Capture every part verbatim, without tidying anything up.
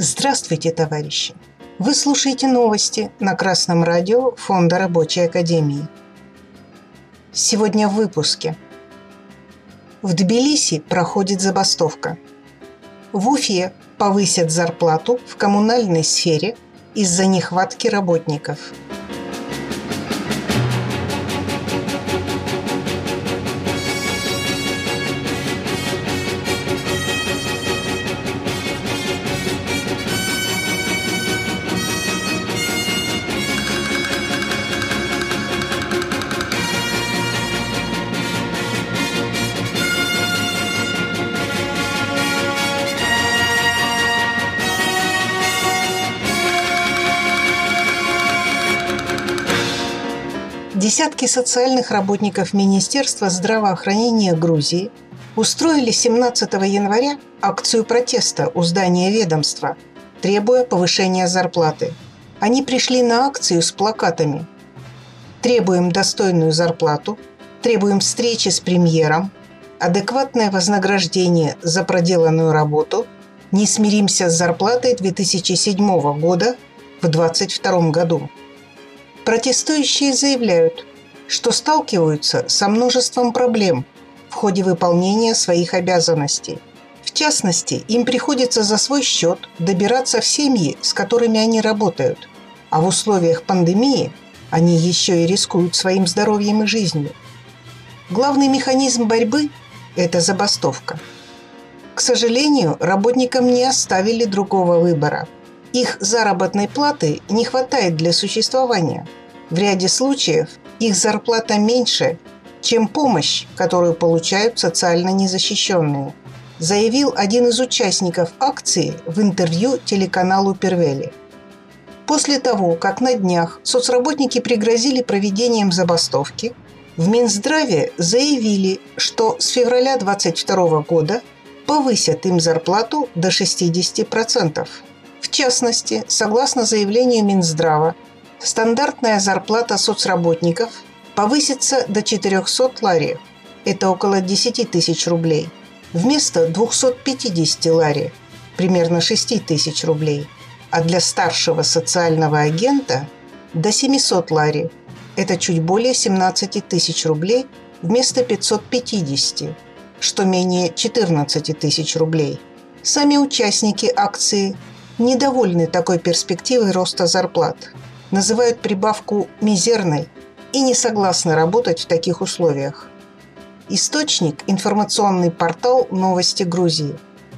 Здравствуйте, товарищи! Вы слушаете новости на Красном радио Фонда Рабочей Академии. Сегодня в выпуске. В Тбилиси проходит забастовка. В Уфе повысят зарплату в коммунальной сфере из-за нехватки работников. Десятки социальных работников Министерства здравоохранения Грузии устроили семнадцатого января акцию протеста у здания ведомства, требуя повышения зарплаты. Они пришли на акцию с плакатами: «Требуем достойную зарплату», «Требуем встречи с премьером», «Адекватное вознаграждение за проделанную работу», «Не смиримся с зарплатой две тысячи седьмого года в двадцать втором году». Протестующие заявляют, что сталкиваются со множеством проблем в ходе выполнения своих обязанностей. В частности, им приходится за свой счет добираться в семьи, с которыми они работают, а в условиях пандемии они еще и рискуют своим здоровьем и жизнью. Главный механизм борьбы – это забастовка. К сожалению, работникам не оставили другого выбора. Их заработной платы не хватает для существования. В ряде случаев их зарплата меньше, чем помощь, которую получают социально незащищенные, заявил один из участников акции в интервью телеканалу Первели. После того, как на днях соцработники пригрозили проведением забастовки, в Минздраве заявили, что с февраля двадцать второго года повысят им зарплату до шестидесяти процентов. В частности, согласно заявлению Минздрава, стандартная зарплата соцработников повысится до четырехсот лари, это около десять тысяч рублей, вместо двухсот пятидесяти лари, примерно шесть тысяч рублей, а для старшего социального агента до семисот лари, это чуть более семнадцати тысяч рублей, вместо пятисот пятидесяти, что менее четырнадцати тысяч рублей. Сами участники акции недовольны такой перспективой роста зарплат, называют прибавку мизерной и не согласны работать в таких условиях. Источник – информационный портал «Новости Грузии».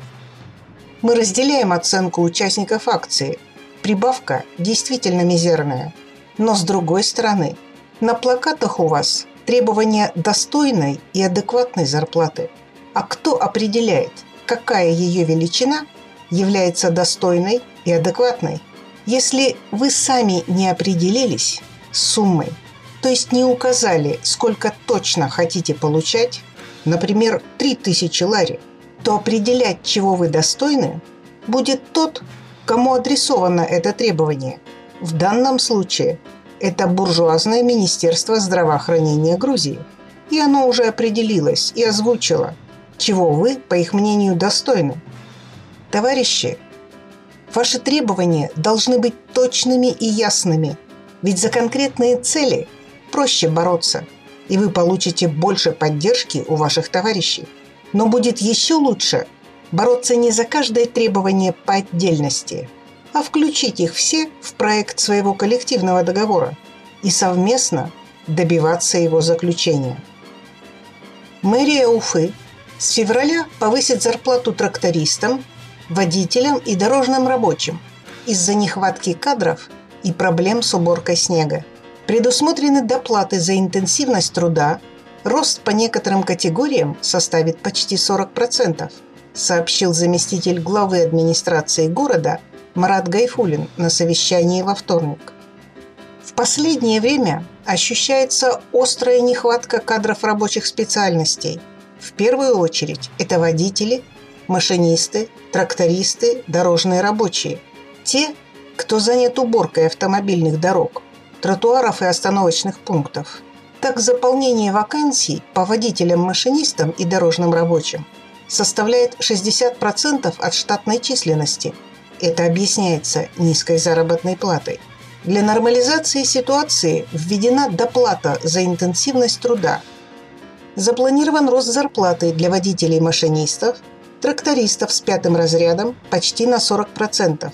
Мы разделяем оценку участников акции. Прибавка действительно мизерная. Но с другой стороны, на плакатах у вас требования достойной и адекватной зарплаты. А кто определяет, какая ее величина является достойной и адекватной? Если вы сами не определились с суммой, то есть не указали, сколько точно хотите получать, например, три тысячи лари, то определять, чего вы достойны, будет тот, кому адресовано это требование. В данном случае это буржуазное Министерство здравоохранения Грузии. И оно уже определилось и озвучило, чего вы, по их мнению, достойны. Товарищи, ваши требования должны быть точными и ясными, ведь за конкретные цели проще бороться, и вы получите больше поддержки у ваших товарищей. Но будет еще лучше бороться не за каждое требование по отдельности, а включить их все в проект своего коллективного договора и совместно добиваться его заключения. Мэрия Уфы с февраля повысит зарплату трактористам, водителям и дорожным рабочим из-за нехватки кадров и проблем с уборкой снега. Предусмотрены доплаты за интенсивность труда, рост по некоторым категориям составит почти сорок процентов, сообщил заместитель главы администрации города Марат Гайфуллин на совещании во вторник. В последнее время ощущается острая нехватка кадров рабочих специальностей. В первую очередь это водители, машинисты, трактористы, дорожные рабочие. Те, кто занят уборкой автомобильных дорог, тротуаров и остановочных пунктов. Так, заполнение вакансий по водителям-машинистам и дорожным рабочим составляет шестьдесят процентов от штатной численности, Это объясняется низкой заработной платой. Для нормализации ситуации введена доплата за интенсивность труда. Запланирован рост зарплаты для водителей и машинистов, трактористов с пятым разрядом почти на сорок процентов.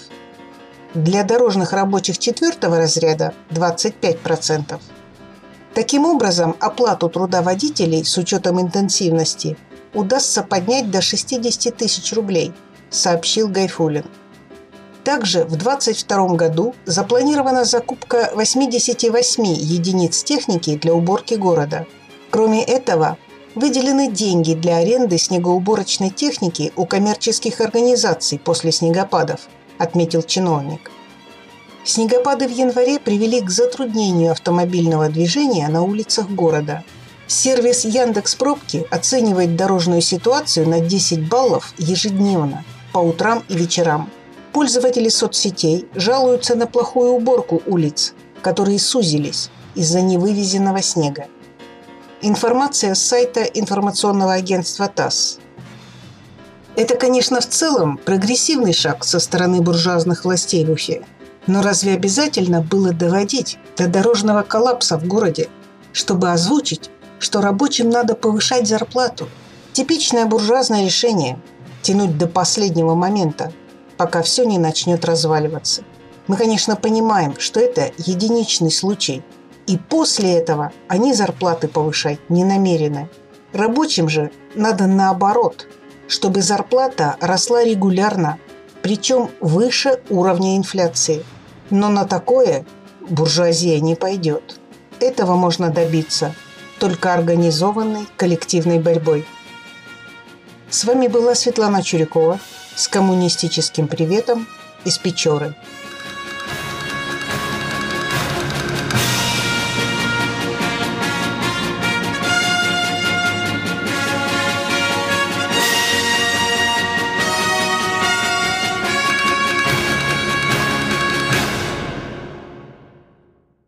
Для дорожных рабочих четвертого разряда – двадцать пять процентов. Таким образом, оплату труда водителей с учетом интенсивности удастся поднять до шестьдесят тысяч рублей, сообщил Гайфуллин. Также в две тысячи двадцать втором году запланирована закупка восьмидесяти восьми единиц техники для уборки города. Кроме этого, выделены деньги для аренды снегоуборочной техники у коммерческих организаций после снегопадов, отметил чиновник. Снегопады в январе привели к затруднению автомобильного движения на улицах города. Сервис Яндекс.Пробки оценивает дорожную ситуацию на десять баллов ежедневно, по утрам и вечерам. Пользователи соцсетей жалуются на плохую уборку улиц, которые сузились из-за невывезенного снега. Информация с сайта информационного агентства ТАСС. Это, конечно, в целом прогрессивный шаг со стороны буржуазных властей в Уфе. Но разве обязательно было доводить до дорожного коллапса в городе, чтобы озвучить, что рабочим надо повышать зарплату? Типичное буржуазное решение – тянуть до последнего момента, пока все не начнет разваливаться. Мы, конечно, понимаем, что это единичный случай, и после этого они зарплаты повышать не намерены. Рабочим же надо наоборот, чтобы зарплата росла регулярно, причем выше уровня инфляции. Но на такое буржуазия не пойдет. Этого можно добиться только организованной коллективной борьбой. С вами была Светлана Чурикова с коммунистическим приветом из Печоры.